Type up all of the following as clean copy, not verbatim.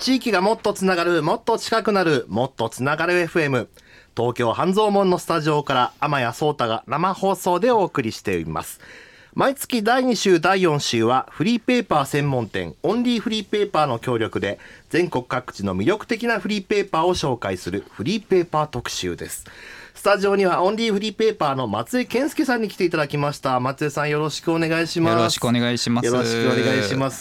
地域がもっとつながる、もっと近くなる、もっとつながる FM。東京半蔵門のスタジオから天谷壮太が生放送でお送りしています。毎月第2週第4週はフリーペーパー専門店オンリーフリーペーパーの協力で全国各地の魅力的なフリーペーパーを紹介するフリーペーパー特集です。スタジオにはオンリーフリーペーパーの松江健介さんに来ていただきました。松江さん、よろしくお願いします。 よろしくお願いします。 よろしくお願いします。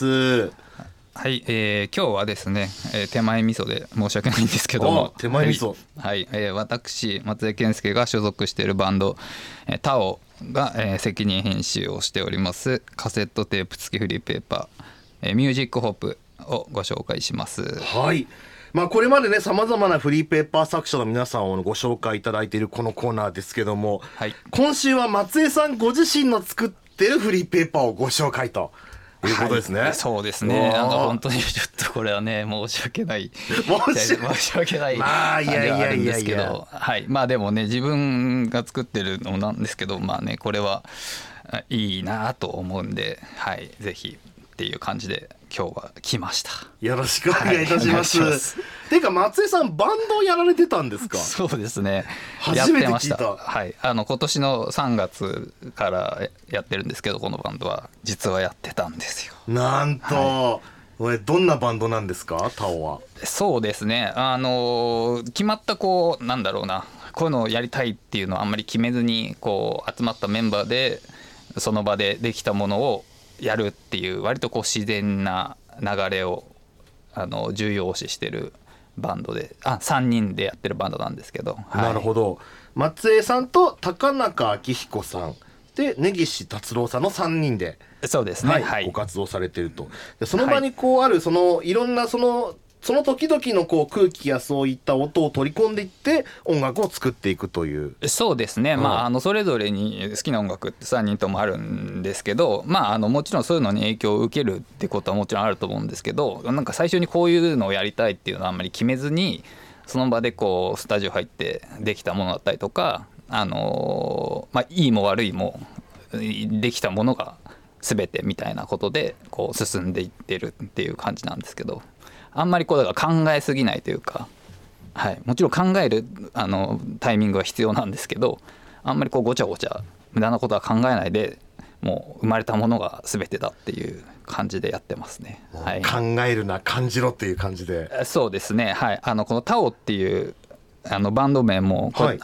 はい、今日はですね、手前味噌で申し訳ないんですけども、 手前味噌、 はいはい、私松江健介が所属しているバンド、タオが、責任編集をしておりますカセットテープ付きフリーペーパー、ミュージックホップをご紹介します。 はい、これまでね、さまざまなフリーペーパー作者の皆さんをご紹介いただいているこのコーナーですけども、 はい、 今週は松江さんご自身の作っているフリーペーパーをご紹介ということですね。 はい、そうですね。本当にちょっとこれはね、申し訳ない申し訳ない感じはあるんですけど、はい、でもね、自分が作ってるのなんですけど、これはいいなと思うんで、はい、ぜひっていう感じで今日は来ました。 よろしくお願いいたします。ていうか松江さん、バンドをやられてたんですか？ そうですね、 初めて聞いた。 やってました。はい、今年の3月からやってるんですけど、このバンドは実はやってたんですよ。 なんと、はい、どんなバンドなんですか、タオは？ そうですね、決まったなんだろうな、こういうのをやりたいっていうのはあんまり決めずに集まったメンバーでその場でできたものをやるっていう、割と自然な流れを重要視してるバンドで、3人でやってるバンドなんですけど、はい、 なるほど。松江さんと高中明彦さんで根岸達郎さんの3人で、 そうですね、 はい、ご活動されていると。でその場にあるいろんなその時々の空気やそういった音を取り込んでいって音楽を作っていくという。 そうですね、それぞれに好きな音楽って3人ともあるんですけど、もちろんそういうのに影響を受けるってことはもちろんあると思うんですけど、なんか最初にこういうのをやりたいっていうのはあんまり決めずに、その場でスタジオ入ってできたものだったりとか、いいも悪いもできたものが全てみたいなことで進んでいってるっていう感じなんですけど、あんまりだから考えすぎないというか、はい、もちろん考えるタイミングは必要なんですけど、あんまりごちゃごちゃ無駄なことは考えないで、もう生まれたものが全てだっていう感じでやってますね。はい、 考えるな感じろっていう感じで。 そうですね、はい、このタオっていうバンド名も、はい、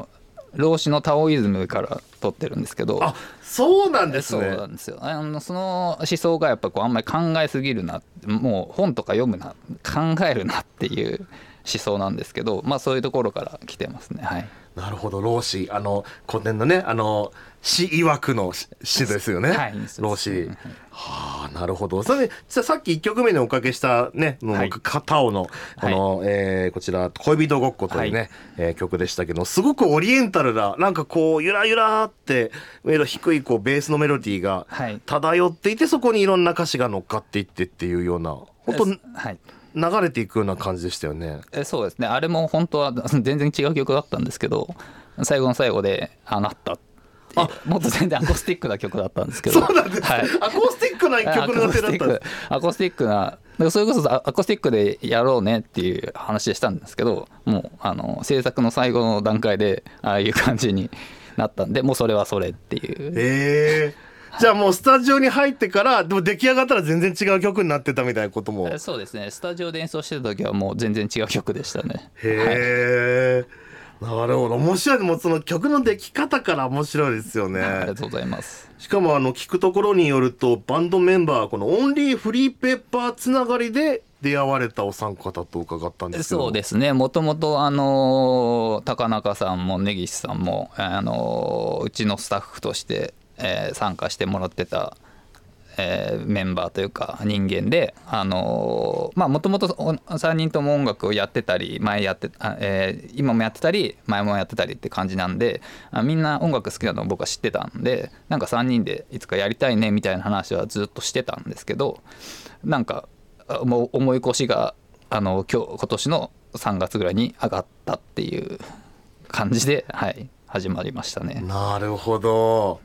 老子のタオイズムから取ってるんですけど。 そうなんですね。 そうなんですよ。その思想がやっぱあんまり考えすぎるな、もう本とか読むな、考えるなっていう思想なんですけど、そういうところから来てますね。はい、 なるほど。老子、古典のね、詩曰くの詩ですよね。はい、老子。はあ、なるほど。それでさっき1曲目におかけしたね、タオのこの、こちら恋人ごっこというね、曲でしたけど、すごくオリエンタルな、なんかゆらゆらって低いベースのメロディーが漂っていて、そこにいろんな歌詞が乗っかっていってっていうような、本当、流れていくような感じでしたよね。 そうですね。あれも本当は全然違う曲だったんですけど、最後の最後でなったって、もっと全然アコースティックな曲だったんですけど。 そうなんです、はい、アコースティックな曲の手だったんです。 アコースティックな、それこそアコースティックでやろうねっていう話でしたんですけど、もう制作の最後の段階でああいう感じになったんで、もうそれはそれっていう。 じゃあもうスタジオに入ってからでも出来上がったら全然違う曲になってたみたいなことも。 そうですね、スタジオで演奏してた時はもう全然違う曲でしたね。 へえ、なるほど。面白い。もうその曲の出来方から面白いですよね。 ありがとうございます。 しかも聞くところによると、バンドメンバーはこのオンリーフリーペーパーつながりで出会われたお三方と伺ったんですけど。 そうですね、もともと高中さんも根岸さんもうちのスタッフとして参加してもらってた、メンバーというか人間で、もともと3人とも音楽をやってたり今もやってたり前もやってたりって感じなんで、みんな音楽好きなのを僕は知ってたんで、なんか3人でいつかやりたいねみたいな話はずっとしてたんですけど、なんかもう思い越しが今年の3月ぐらいに上がったっていう感じで、はい、始まりましたね。 なるほど。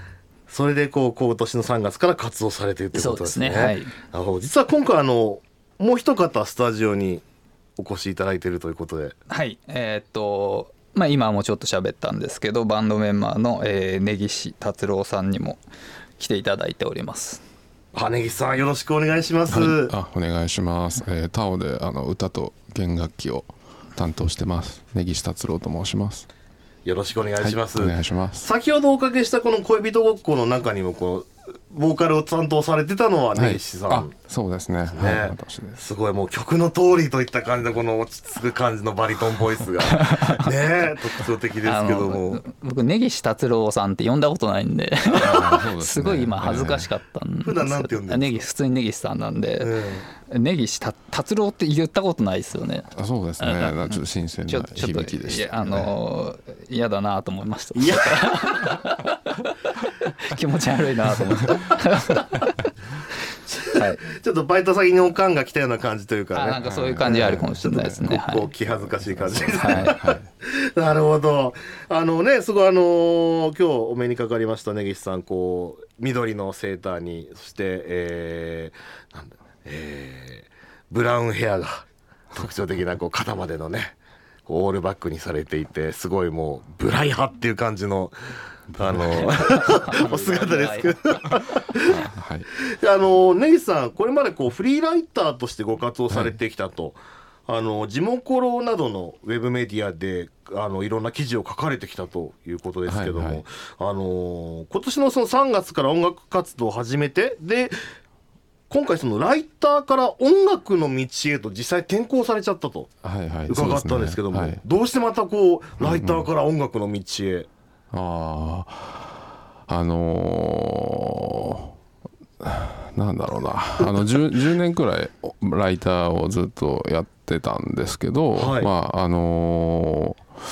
それで今年の3月から活動されているということですね。 そうですね、はい、 実は今回もう一方スタジオにお越しいただいているということで。 はい、今もちょっと喋ったんですけど、バンドメンバーの、根岸達郎さんにも来ていただいております。 根岸さん、よろしくお願いします。 お願いします。タオで歌と弦楽器を担当してます、根岸達郎と申します。 よろしくお願いします。 お願いします。 先ほどおかけしたこの恋人ごっこの中にもボーカルを担当されてたのは根岸さん、 そうですね。私です。 すごいもう曲の通りといった感じのこの落ち着く感じのバリトンボイスがね特徴的ですけども、 僕根岸達郎さんって呼んだことないんで、すごい今恥ずかしかったんです。 普段なんて呼んでるんですか？ 普通に根岸さんなんで、根岸達郎って言ったことないですよね。 そうですね。ちょっと新鮮な響きでした、ね。 嫌だなと思いました。気持ち悪いなと思ってはい、ちょっとバイト先におかんが来たような感じというかね、 なんかそういう感じあるかもしれないですね。 気恥ずかしい感じですね。なるほど。すごい今日お目にかかりました根岸さん、緑のセーターに、そしてブラウンヘアが特徴的な肩までのねオールバックにされていて、すごいもうブライ派っていう感じのお姿ですけど根岸さん、これまでフリーライターとしてご活動されてきたと、ジモコロなどのウェブメディアでいろんな記事を書かれてきたということですけども、今年のその3月から音楽活動を始めて、で今回そのライターから音楽の道へと実際転向されちゃったと伺ったんですけども、どうしてまたライターから音楽の道へ？ なんだろうな、10年くらいライターをずっとやってたんですけど、ちょ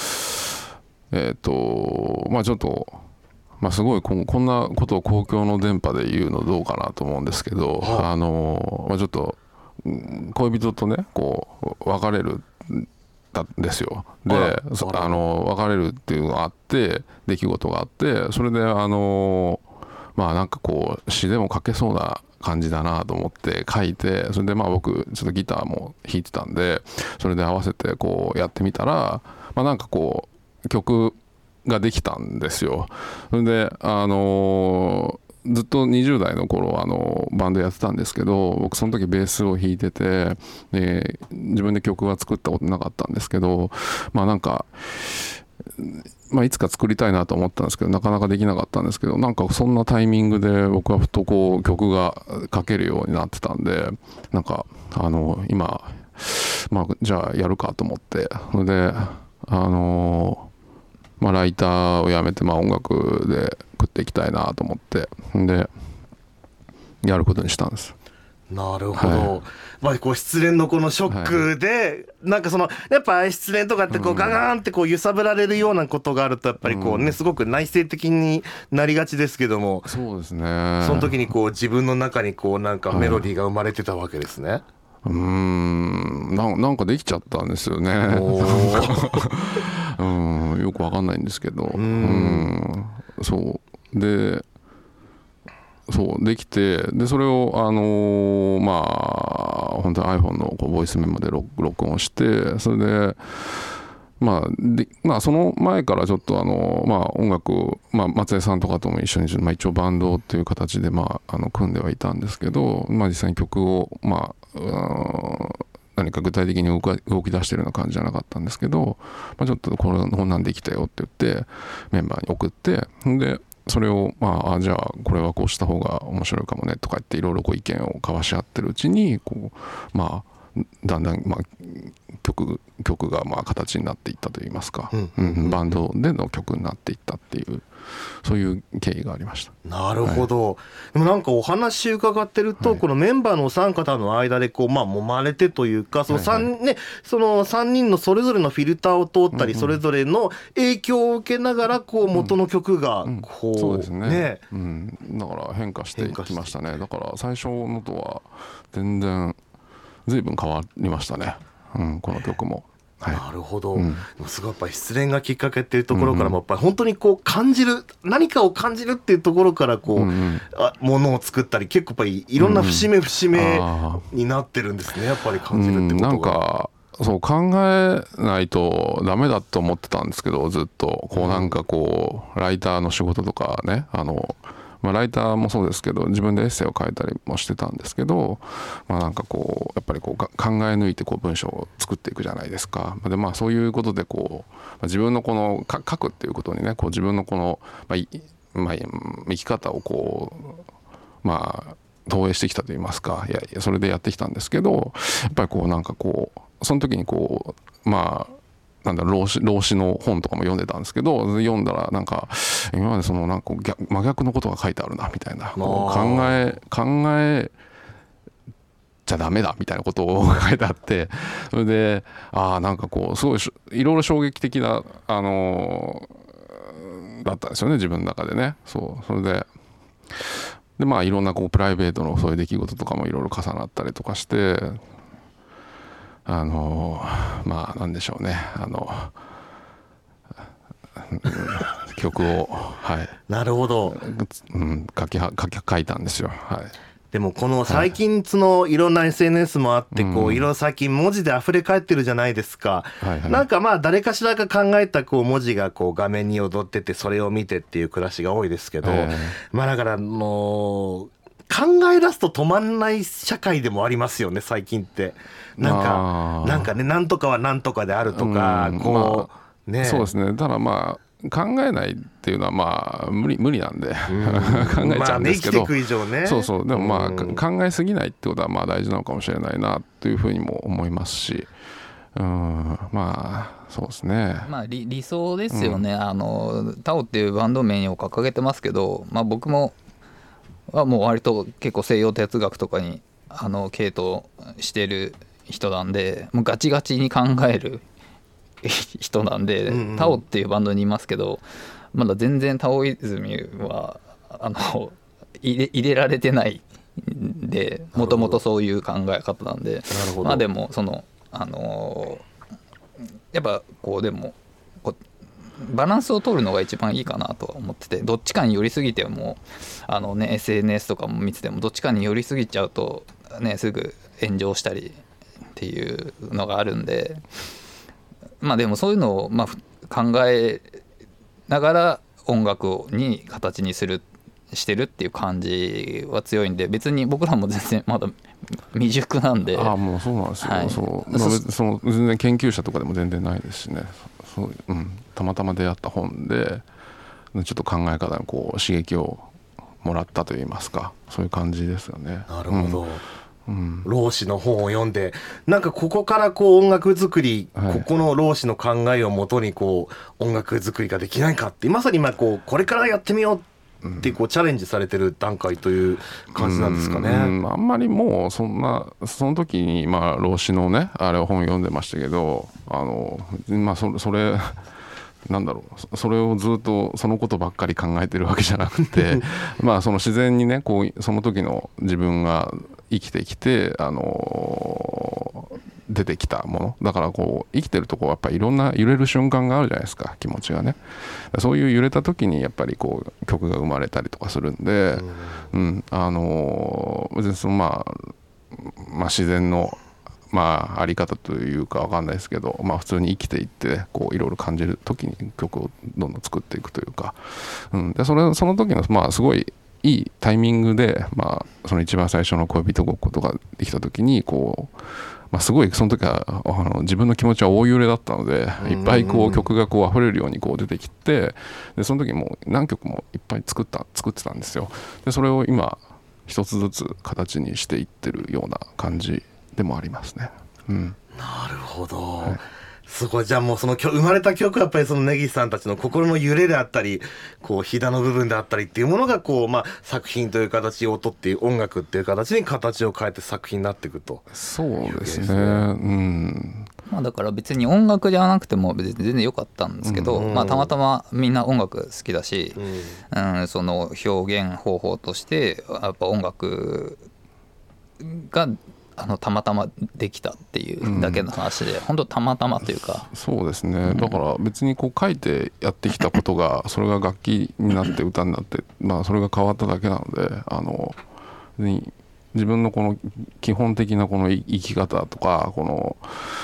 っとすごいこんなことを公共の電波で言うのどうかなと思うんですけど、ちょっと恋人とね別れるんですよ。で別れるっていうのがあって、出来事があって、それでなんか詩でも書けそうな感じだなと思って書いて、それで僕ちょっとギターも弾いてたんで、それで合わせてやってみたら、なんか曲ができたんですよ。それでずっと20代の頃バンドやってたんですけど、僕その時ベースを弾いてて、で自分で曲は作ったことなかったんですけど、なんかいつか作りたいなと思ったんですけど、なかなかできなかったんですけど、なんかそんなタイミングで僕はふと曲が書けるようになってたんで、なんか今じゃあやるかと思って、それでライターをやめて音楽で食っていきたいなと思って、でやることにしたんです。 なるほど。失恋のこのショックで、なんかやっぱ失恋とかってガガーンって揺さぶられるようなことがあると、やっぱりすごく内省的になりがちですけども、 そうですね。 その時に自分の中になんかメロディーが生まれてたわけですね。 なんかできちゃったんですよね。よくわかんないんですけど、そうでできて、でそれを本当に iPhone のボイスメモで録音して、それでその前からちょっと音楽、松江さんとかとも一緒に、一応バンドっていう形で組んではいたんですけど、実際に曲を何か具体的に動き出してるような感じじゃなかったんですけど、ちょっとこんなんできたよって言ってメンバーに送って、でそれをじゃあこれはこうした方が面白いかもねとか言っていろいろ意見を交わし合ってるうちにだんだん曲が形になっていったといいますか、バンドでの曲になっていったっていう、そういう経緯がありました。 なるほど。でもなんかお話伺ってると、このメンバーのお三方の間で揉まれてというか、その3人のそれぞれのフィルターを通ったり、それぞれの影響を受けながら元の曲がそうですね。だから変化していきましたね。だから最初のとは全然随分変わりましたね。この曲も。 はい、 なるほど、すごいやっぱり失恋がきっかけっていうところからもやっぱり本当にこう感じる、何かを感じるっていうところからこう、ものを作ったり、結構やっぱりいろんな節目節目になってるんですね、やっぱり感じるってことが。 なんかそう考えないとダメだと思ってたんですけど、ずっとこうなんかこうライターの仕事とかね、ライターもそうですけど自分でエッセイを書いたりもしてたんですけど、なんかこうやっぱりこう考え抜いてこう文章を作っていくじゃないですか。でそういうことでこう自分のこの書くっていうことにね、こう自分のこの、生き方をこう投影してきたといいますか、それでやってきたんですけど、やっぱりこうなんかこうその時にこうなんだ老子の本とかも読んでたんですけど、読んだらなんか今までそのなんか真逆のことが書いてあるなみたいな、こう考えちゃダメだみたいなことを書いてあって、それでなんかこうすごいいろいろ衝撃的なだったんですよね、自分の中でね。それでいろんなこうプライベートのそういう出来事とかもいろいろ重なったりとかして、なんでしょうね、曲を、 なるほど、 書いたんですよ。 でもこの最近いろんな SNS もあってこういろいろ最近文字で溢れ返ってるじゃないですか。なんか誰かしらが考えたこう文字がこう画面に踊ってて、それを見てっていう暮らしが多いですけど、だからもう考え出すと止まんない社会でもありますよね、最近って。なんかね、なんとかはなんとかであるとか、こうね。 そうですね。だから考えないっていうのは無理なんで考えちゃうんですけど、 生きていく以上ね。 そうでも考えすぎないってことは大事なのかもしれないなというふうにも思いますし、そうですね。 理想ですよね。タオっていうバンド名を掲げてますけど、僕ももう割と結構西洋哲学とかに傾倒してる人なんで、もうガチガチに考える人なんで、タオっていうバンドにいますけど、まだ全然タオイズムは入れられてないんで、もともとそういう考え方なんで、でもやっぱこうでもバランスを取るのが一番いいかなとは思ってて、どっちかに寄りすぎてもSNS とかも見ててもどっちかに寄りすぎちゃうとすぐ炎上したりっていうのがあるんで、でもそういうのを考えながら音楽に形にしてるっていう感じは強いんで、別に僕らも全然まだ未熟なんで。 もうそうなんですよ。全然研究者とかでも全然ないですしね。たまたま出会った本でちょっと考え方にこう刺激をもらったといいますか、そういう感じですよね。 なるほど。老子の本を読んで、なんかここからこう音楽作り、ここの老子の考えをもとにこう音楽作りができないかって、まさに今これからやってみようってこうチャレンジされてる段階という感じなんですかね。 あんまりもうその時に老子のね本読んでましたけど、それなんだろう、それをずっとそのことばっかり考えてるわけじゃなくてその自然にねこうその時の自分が生きてきて出てきたものだから、こう生きてるとこうやっぱりいろんな揺れる瞬間があるじゃないですか、気持ちがね。そういう揺れた時にやっぱりこう曲が生まれたりとかするんで、別にその自然のあり方というか分かんないですけど、普通に生きていってこういろいろ感じる時に曲をどんどん作っていくというか、でその時のすごいいいタイミングで、その一番最初の恋人ごっことができた時にこう、すごいその時は自分の気持ちは大揺れだったので、いっぱいこう曲がこう溢れるようにこう出てきて、でその時もう何曲もいっぱい作ってたんですよ。でそれを今一つずつ形にしていってるような感じでもありますね。 なるほど。すごい。じゃあもうその生まれた曲はやっぱりその根岸さんたちの心の揺れであったり、こうひだの部分であったりっていうものがこう作品という形、音っていう音楽っていう形に形を変えて作品になっていくと。 そうですね。 だから別に音楽じゃなくても別に全然良かったんですけど、たまたまみんな音楽好きだし、その表現方法としてやっぱ音楽がたまたまできたっていうだけの話で、本当たまたまというか。 そうですね、だから別にこう書いてやってきたことがそれが楽器になって歌になって、それが変わっただけなので、自分のこの基本的なこの生き方とか、この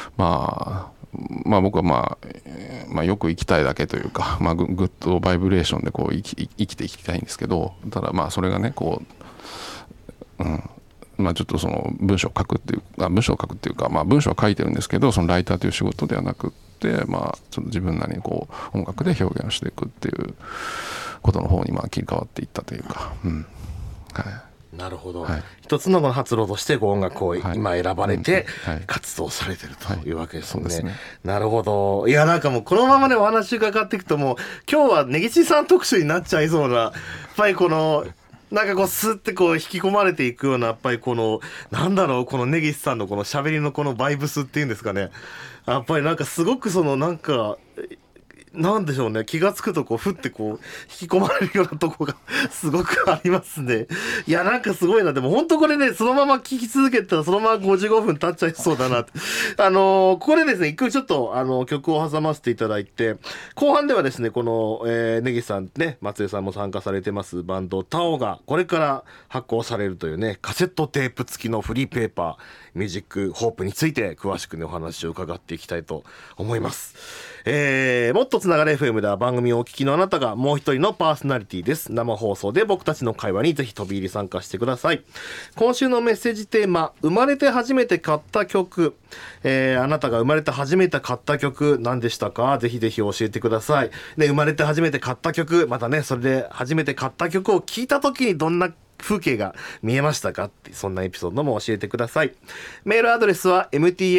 僕はよく生きたいだけというか、グッドバイブレーションでこう生きていきたいんですけど、ただそれがねこう、ちょっとその文章を書くっていうか、文章は書いてるんですけど、そのライターという仕事ではなくって、ちょっと自分なりにこう音楽で表現をしていくっていうことの方に切り替わっていったというか、 なるほど、一つのこの発露として音楽を今選ばれて活動されてるというわけですね。なるほど。いや、なんかもうこのままでお話伺っていくと、もう今日は根岸さん特集になっちゃいそうな、やっぱりこのなんかこうスッてこう引き込まれていくような、やっぱりこのなんだろう、この根岸さんのこの喋りのこのバイブスっていうんですかね、やっぱりなんかすごくそのなんかなんでしょうね、気がつくとこうふってこう引き込まれるようなとこがすごくありますね。いや、なんかすごいな。でも本当これね、そのまま聞き続けたらそのまま55分経っちゃいそうだなって。ここでですね、一曲ちょっと曲を挟ませていただいて、後半ではですね、この、根岸さんね、松江さんも参加されてますバンドタオがこれから発行されるというね、カセットテープ付きのフリーペーパーミュージックホープについて詳しくねお話を伺っていきたいと思います。もっとつながれ FM では番組をお聞きのあなたがもう一人のパーソナリティです。生放送で僕たちの会話にぜひ飛び入り参加してください。今週のメッセージテーマ、生まれて初めて買った曲、あなたが生まれて初めて買った曲何でしたか、ぜひぜひ教えてください。で、生まれて初めて買った曲、またね、それで初めて買った曲を聴いた時にどんな風景が見えましたかって、そんなエピソードも教えてください。メールアドレスは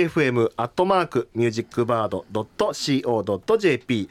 mtfm@musicbird.co.jp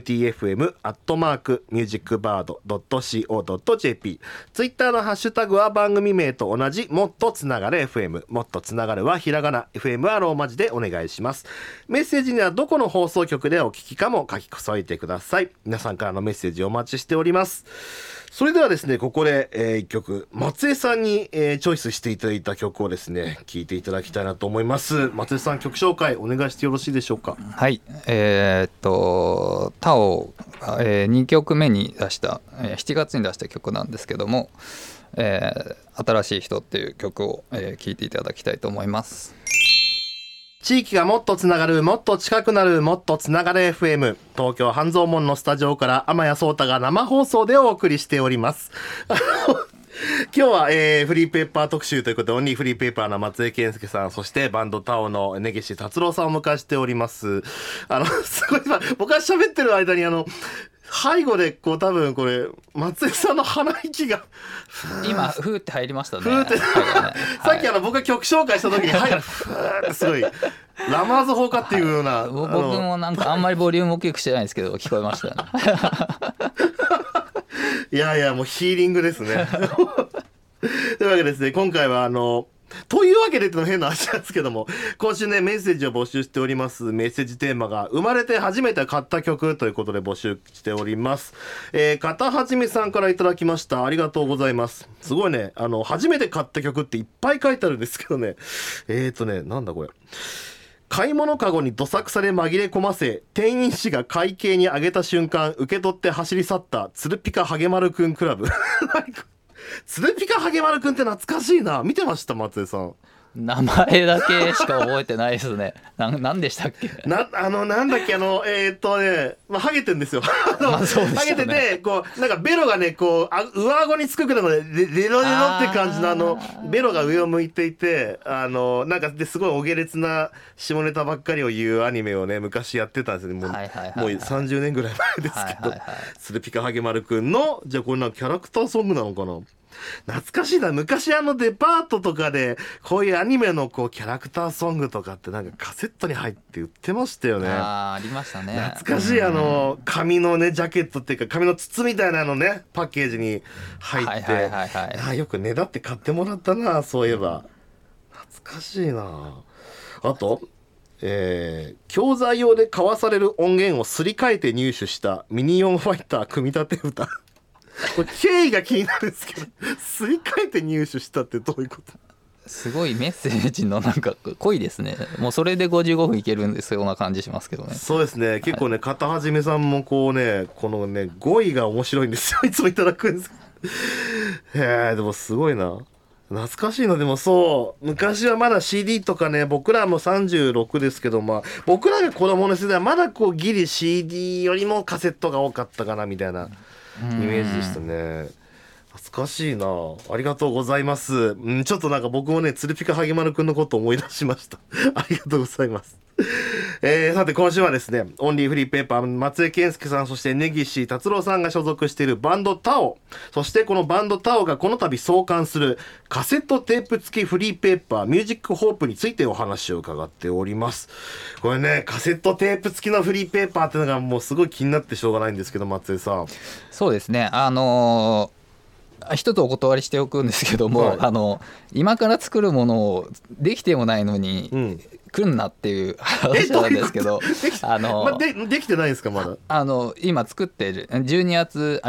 mtfm@musicbird.co.jp。 ツイッターのハッシュタグは番組名と同じもっとつながれ FM、 もっとつながるはひらがな、 FM はローマ字でお願いします。メッセージにはどこの放送局でお聞きかも書き添えてください。皆さんからのメッセージお待ちしております。それではですね、ここで、一曲松江さんに、チョイスしていただいた曲をですね聴いていただきたいなと思います。松江さん、曲紹介お願いしてよろしいでしょうか。 はい、タオが、2曲目に出した7月に出した曲なんですけども、新しい人っていう曲を聴いていただきたいと思います。 地域がもっとつながる、もっと近くなる、もっとつながれ FM、 東京半蔵門のスタジオから天谷壮太が生放送でお送りしております。今日は、フリーペーパー特集ということで、オンリーフリーペーパーの松江健介さん、そしてバンドタオの根岸達郎さんをお迎えしております。すごい、僕が喋ってる間に背後でこう多分これ松江さんの鼻息が今フーって入りましたね。 フーって、さっき僕が曲紹介した時にフーってすごいラマーズ放火っていうような、 僕もなんかあんまりボリューム大きくしてないんですけど聞こえましたね。 いやいや、もうヒーリングですね。というわけでですね、今回はというわけでっての変な話なんですけども、今週ねメッセージを募集しております。メッセージテーマが生まれて初めて買った曲ということで募集しております。片はじめさんからいただきました。ありがとうございます。すごいね、初めて買った曲っていっぱい書いてあるんですけどね、なんだこれ、買い物かごにどさくさで紛れ込ませ、店員氏が会計に上げた瞬間受け取って走り去ったつるぴかはげまるくんクラブ。つるぴかはげまるくんって懐かしいな。見てました、松江さん。 名前だけしか覚えてないですね。なんでしたっけ。 なんだっけ、ハゲてんですよ。ハゲてて、こうなんかベロがね、こう上顎につくくらいのレロレロって感じのベロが上を向いていて、なんかですごいお下劣な下ネタばっかりを言うアニメをね昔やってたんですよね。もう30年ぐらい前ですけど、つるぴかはげまるくんの、じゃあこれなんかキャラクターソングなのかな。懐かしいな。昔デパートとかでこういうアニメのこうキャラクターソングとかってなんかカセットに入って売ってましたよね。 ありましたね。 懐かしい。紙のねジャケットっていうか紙の筒みたいなのねパッケージに入って、よくねだって買ってもらったな、そういえば。懐かしいな。あと教材用で買わされる音源をすり替えて入手したミニオンファイター組み立て歌。これ経緯が気になるんですけど、すり替えて入手したってどういうこと。 すごいメッセージのなんか濃いですね。もうそれで55分いけるんですような感じしますけどね。 そうですね、結構ね、片はじめさんもこうね、このね語彙が面白いんですよ。いつもいただくんですへえ、でもすごいな、懐かしいの。でもそう昔はまだ CD とかね、僕らも36ですけど、まあ僕らが子供の世代はまだこうギリ CD よりもカセットが多かったかなみたいなイメージでしたね。懐かしいな、ありがとうございます。ちょっとなんか僕もね、鶴ピカハゲマルくんのことを思い出しましたありがとうございます。さて今週はですね、オンリーフリーペーパー松江健介さん、そして根岸達郎さんが所属しているバンドタオ、そしてこのバンドタオがこの度創刊するカセットテープ付きフリーペーパーミュージックホープについてお話を伺っております。これね、カセットテープ付きのフリーペーパーっていうのがもうすごい気になってしょうがないんですけど、松江さん。 そうですね、一つお断りしておくんですけども、はい、今から作るものをできてもないのに、来んなっていう話なんですけど、 できてないんですかまだ。 今作ってる11月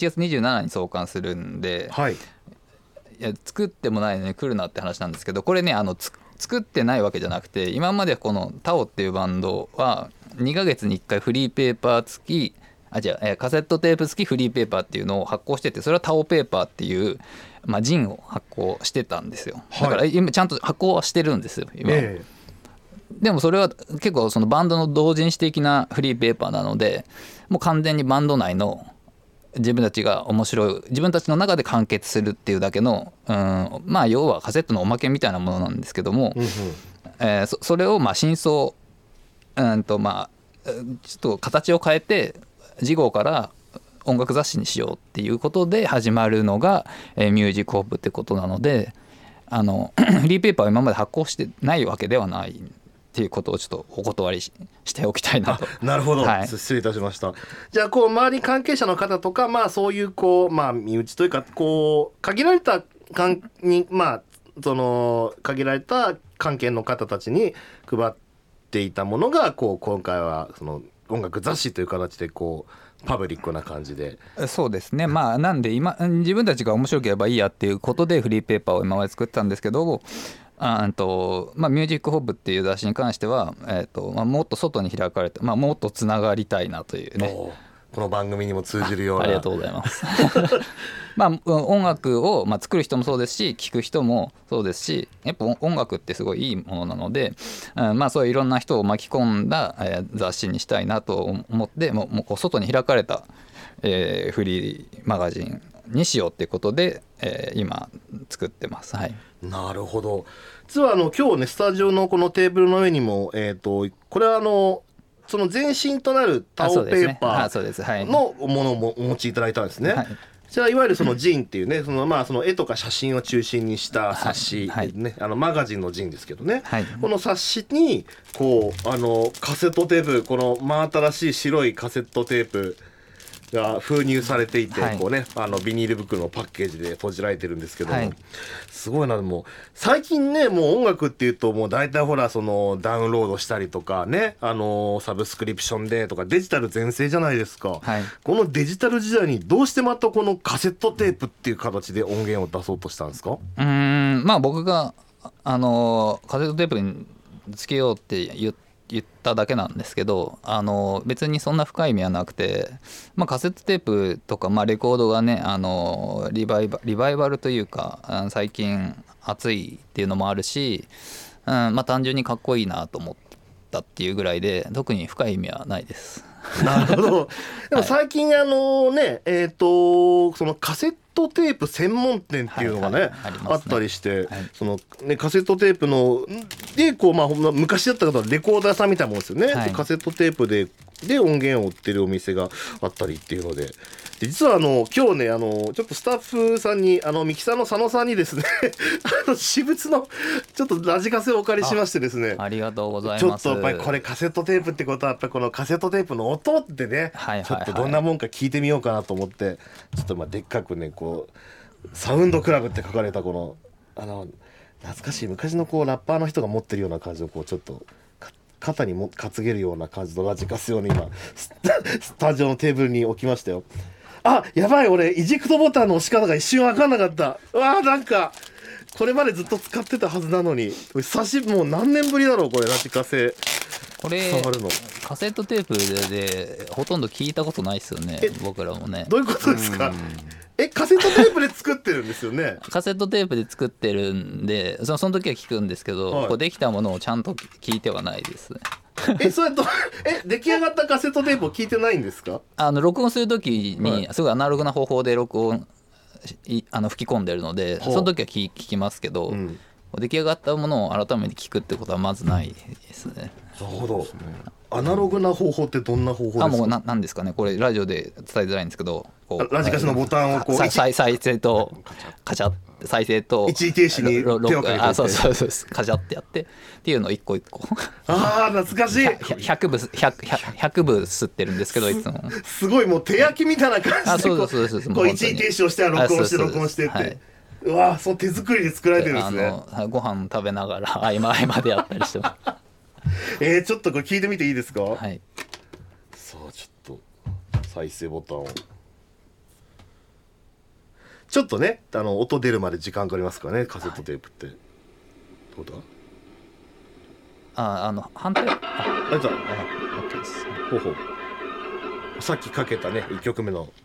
27に創刊するんで、はい、いや作ってもないのに来るなって話なんですけど、これね作ってないわけじゃなくて、今までこのタオっていうバンドは2ヶ月に1回フリーペーパー付きカセットテープ付きフリーペーパーっていうのを発行してて、それはタオペーパーっていう、ジンを発行してたんですよ。だから今ちゃんと発行はしてるんですよ今、でもそれは結構そのバンドの同人誌的なフリーペーパーなので、もう完全にバンド内の自分たちが面白い、自分たちの中で完結するっていうだけの、要はカセットのおまけみたいなものなんですけども、それを真相ちょっと形を変えて次号から音楽雑誌にしようっていうことで始まるのが、ミュージックホープってことなので、フリーペーパーは今まで発行してないわけではないっていうことをちょっとお断りしておきたいなと。 なるほど、はい、失礼いたしました。じゃあこう周り関係者の方とか、そういうこう身内というかこう限られたその限られた関係の方たちに配っていたものがこう今回はその音楽雑誌という形でこうパブリックな感じで。 そうですね、なんで今自分たちが面白ければいいやっていうことでフリーペーパーを今まで作ってたんですけど、ミュージックホープっていう雑誌に関しては、もっと外に開かれて、もっとつながりたいなというね。 この番組にも通じるような。 ありがとうございます音楽を、作る人もそうですし聴く人もそうですし、やっぱ音楽ってすごいいいものなので、そういういろんな人を巻き込んだ、雑誌にしたいなと思って、もうこう外に開かれた、フリーマガジンにしようっていうことで、今作ってます、はい、 なるほど。実は今日ねスタジオのこのテーブルの上にも、これはその前身となるタオペーパーのものもお持ちいただいたんですね。じゃあいわゆるそのジンっていうね、その絵とか写真を中心にした冊子、マガジンのジンですけどね、この冊子にこうカセットテープ、この真新しい白いカセットテープが封入されていて、こうねビニール袋のパッケージで閉じられてるんですけども、すごいな。もう最近ね、もう音楽っていうともう大体ほらそのダウンロードしたりとかね、サブスクリプションでとかデジタル全盛じゃないですか、このデジタル時代にどうしてまたこのカセットテープっていう形で音源を出そうとしたんですか？ 僕がカセットテープにつけようって言っただけなんですけど、別にそんな深い意味はなくて、カセットテープとか、レコードがね、リバイバルというか最近熱いっていうのもあるし、単純にかっこいいなと思ったっていうぐらいで、特に深い意味はないです。 なるほど。でも最近そのカセットテープ専門店っていうのがね、あったりして、そのねカセットテープのでこう昔だったらレコーダーさんみたいなもんですよね。カセットテープで音源を売ってるお店があったりっていうので、実は今日ねちょっとスタッフさんにミキサーの佐野さんにですね私物のちょっとラジカセをお借りしましてですね、 ありがとうございます。 ちょっとやっぱりこれカセットテープってことはやっぱりこのカセットテープの音ってね、ちょっとどんなもんか聞いてみようかなと思って、ちょっとでっかくねこうサウンドクラブって書かれたこの懐かしい昔のこうラッパーの人が持ってるような感じのこうちょっと肩に担げるような感じのラジカセをね今スタジオのテーブルに置きましたよ。あ、やばい、俺イジェクトボタンの押し方が一瞬分かんなかった。うわー、なんかこれまでずっと使ってたはずなのにもう何年ぶりだろうこれラジカセこれ触るの。 カセットテープ でほとんど聞いたことないですよね僕らもね。 どういうことですか。カセットテープで作ってるんですよね。 カセットテープで作ってるんでその時は聞くんですけど、はい、こうできたものをちゃんと聞いてはないですね。 それと出来上がったカセットテープを聞いてないんですか。 録音する時にすごいアナログな方法で録音吹き込んでるのでその時は聞きますけど、出来上がったものを改めて聞くってことはまずないですね。 なるほど。アナログな方法ってどんな方法ですか。 もうなんですかねこれラジオで伝えづらいんですけどラジカセのボタンをこう再生とカチャって再生と一時停止に手をかけてそうカチャってやってっていうのを一個一個懐かしい。 100部吸ってるんですけどいつもすごいもう手焼きみたいな感じでこう一時停止をして録音して録音してって、うわその手作りで作られてるんですね。 ご飯食べながら合間でやったりしてますちょっとこれ聞いてみていいですか。 はい。 さあちょっと再生ボタンをちょっとね音出るまで時間かかりますからねカセットテープって、はい、どうだ反対じゃあ OK です。ほうほうさっきかけたね1曲目の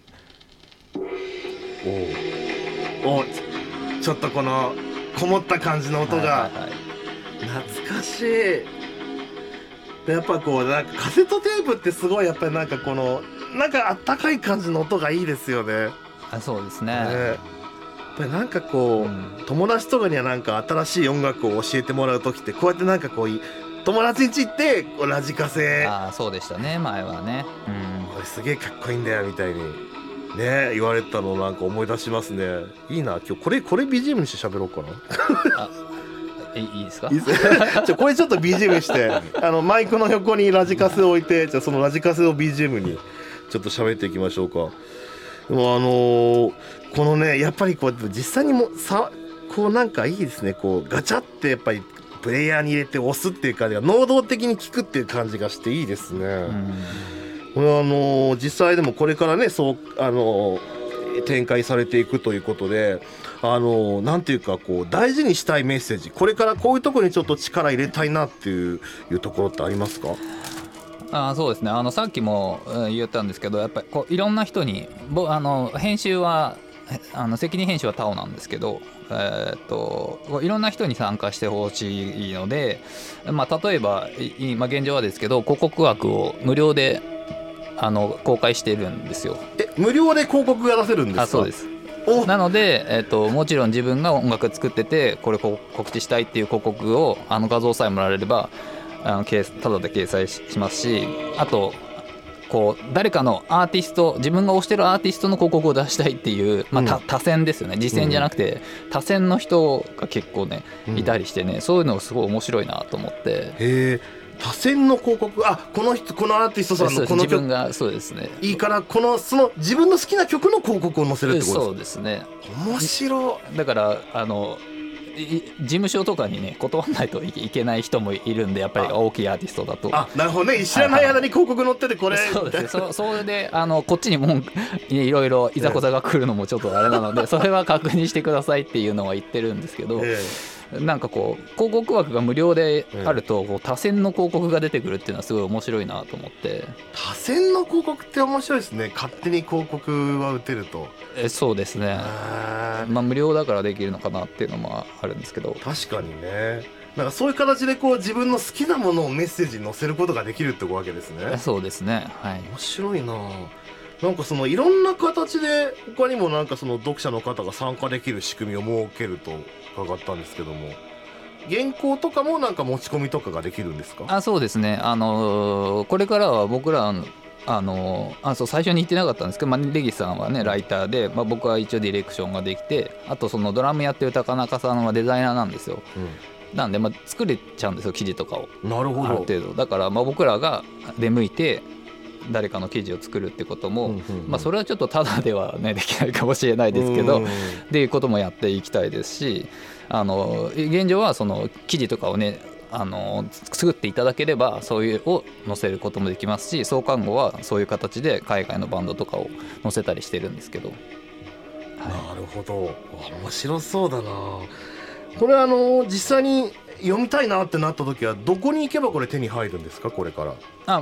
おちょっとこのこもった感じの音が、懐かしい。やっぱこうなんかカセットテープってすごいやっぱりなんかこのなんかあったかい感じの音がいいですよね。 そうですね。 やっぱりなんかこう、友達とかにはなんか新しい音楽を教えてもらう時ってこうやってなんかこう友達ん家行ってこうラジカセそうでしたね前はね、 これすげえかっこいいんだよみたいにね言われたのなんか思い出しますね。いいな今日これ BGM にして喋ろうかな。 いいですか。 これちょっと BGM にしてマイクの横にラジカセを置いてそのラジカセを BGM にちょっと喋っていきましょうか。でもこのねやっぱりこう実際にもこうなんかいいですね。こうガチャってやっぱりプレイヤーに入れて押すっていう感じが能動的に効くっていう感じがしていいですね。これ実際でもこれからねそう展開されていくということでなんていうかこう大事にしたいメッセージこれからこういうところにちょっと力入れたいなっていうところってありますか。 そうですねさっきも言ったんですけどやっぱりこういろんな人に編集は責任編集はTAOなんですけどいろんな人に参加してほしいので、例えば今現状はですけど広告枠を無料で公開してるんですよ。 無料で広告が出せるんですか。 そうです。なので、もちろん自分が音楽作っててこれ告知したいっていう広告を画像さえもらえればただで掲載しますしあとこう誰かのアーティスト自分が推してるアーティストの広告を出したいっていう、多選ですよね。実選じゃなくて、多選の人が結構ねいたりしてね、そういうのすごい面白いなと思って。 多選の広告このアーティストさんのこの曲自分がそうですねいいからその自分の好きな曲の広告を載せるってことですか。 そうですね。 面白い。 だから事務所とかにね断らないといけない人もいるんでやっぱり大きいアーティストだとなるほどね。知らない間に広告載っててこれ、 そうですね。それでこっちにもいろいろいざこざが来るのもちょっとあれなのでそれは確認してくださいっていうのは言ってるんですけど、なんかこう広告枠が無料であると多選の広告が出てくるっていうのはすごい面白いなと思って。 多選の広告って面白いですね。勝手に広告は打てると。 そうですね。無料だからできるのかなっていうのもあるんですけど。 確かにね。なんかそういう形でこう自分の好きなものをメッセージに載せることができるってわけですね。 そうですね。はい。 面白いな。なんかいろんな形で他にもなんか読者の方が参加できる仕組みを設けると伺ったんですけども、原稿とかもなんか持ち込みとかができるんですか。 そうですね。これからは僕らそう最初に言ってなかったんですけど、レギさんはねライターで、僕は一応ディレクションができて、あとドラムやってる高中さんはデザイナーなんですよ。なんで作れちゃうんですよ記事とかを。 なるほど。 ある程度だから僕らが出向いて誰かの記事を作るってことも、それはちょっとただではねできないかもしれないですけど、っていうこともやっていきたいですし、現状は記事とかをね作っていただければそういうを載せることもできますし、創刊号はそういう形で海外のバンドとかを載せたりしてるんですけど。 なるほど、面白そうだな。これ実際に読みたいなってなった時はどこに行けばこれ手に入るんですか、これから。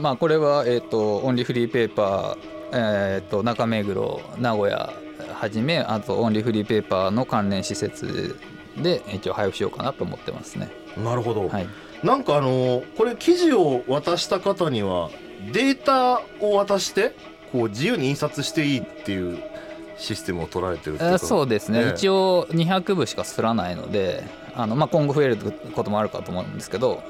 これは、オンリーフリーペーパー、中目黒名古屋はじめ、あとオンリーフリーペーパーの関連施設で一応配布しようかなと思ってますね。 なるほど、はい、なんかこれ記事を渡した方にはデータを渡してこう自由に印刷していいっていうシステムを取られてるってこと。 そうですね、一応200部しか刷らないので今後増えることもあるかと思うんですけど、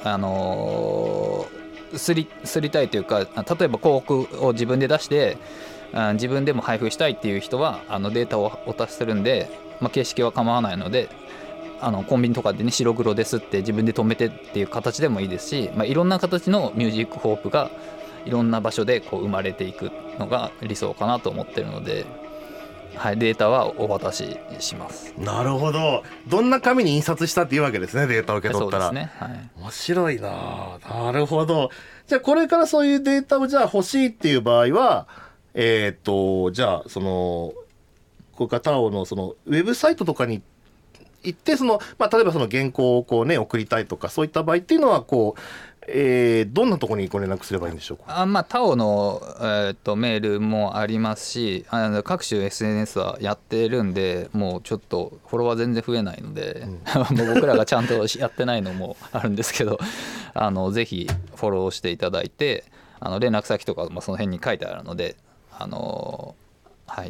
刷りたいというか、例えば広告を自分で出して自分でも配布したいっていう人はデータをお渡しするんで、形式は構わないのでコンビニとかでね白黒ですって自分で止めてっていう形でもいいですし、いろんな形のミュージックホープがいろんな場所でこう生まれていくのが理想かなと思ってるので、はい、データはお渡しします。 なるほど、どんな紙に印刷したっていうわけですね、データを受け取ったら。 そうですね、はい、 面白いな。なるほど。じゃあこれからそういうデータをじゃあ欲しいっていう場合はじゃあそのガタオのそのウェブサイトとかに行って例えばその原稿をこうね送りたいとかそういった場合っていうのはこうどんなところにご連絡すればいいんでしょうか。 タオの、メールもありますし、各種 SNS はやってるんで、もうちょっとフォロワー全然増えないので、もう僕らがちゃんとやってないのもあるんですけどぜひフォローしていただいて連絡先とかもその辺に書いてあるのではい、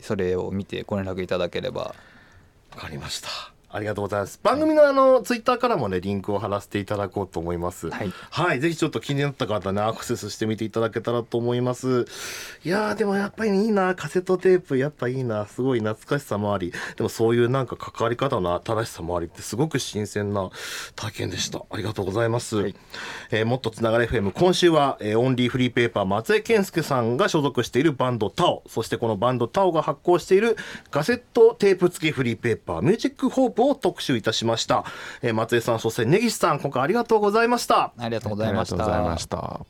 それを見てご連絡いただければ。 わかりました、ありがとうございます。番組のツイッターからもねリンクを貼らせていただこうと思います。はい、はい、ぜひちょっと気になった方ねアクセスしてみていただけたらと思います。いやーでもやっぱりいいな、カセットテープやっぱいいな、すごい懐かしさもあり、でもそういうなんか関わり方の新しさもありってすごく新鮮な体験でした。ありがとうございます。はい、もっとつながれ FM、 今週は、オンリーフリーペーパー松江健介さんが所属しているバンドタオ、そしてこのバンドタオが発行しているカセットテープ付きフリーペーパーミュージックホープを特集いたしました。松江さん、そして根岸さん、今回ありがとうございました。 ありがとうございました。 ありがとうございました。も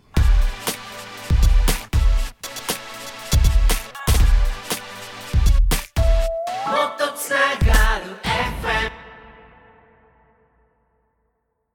っとつなが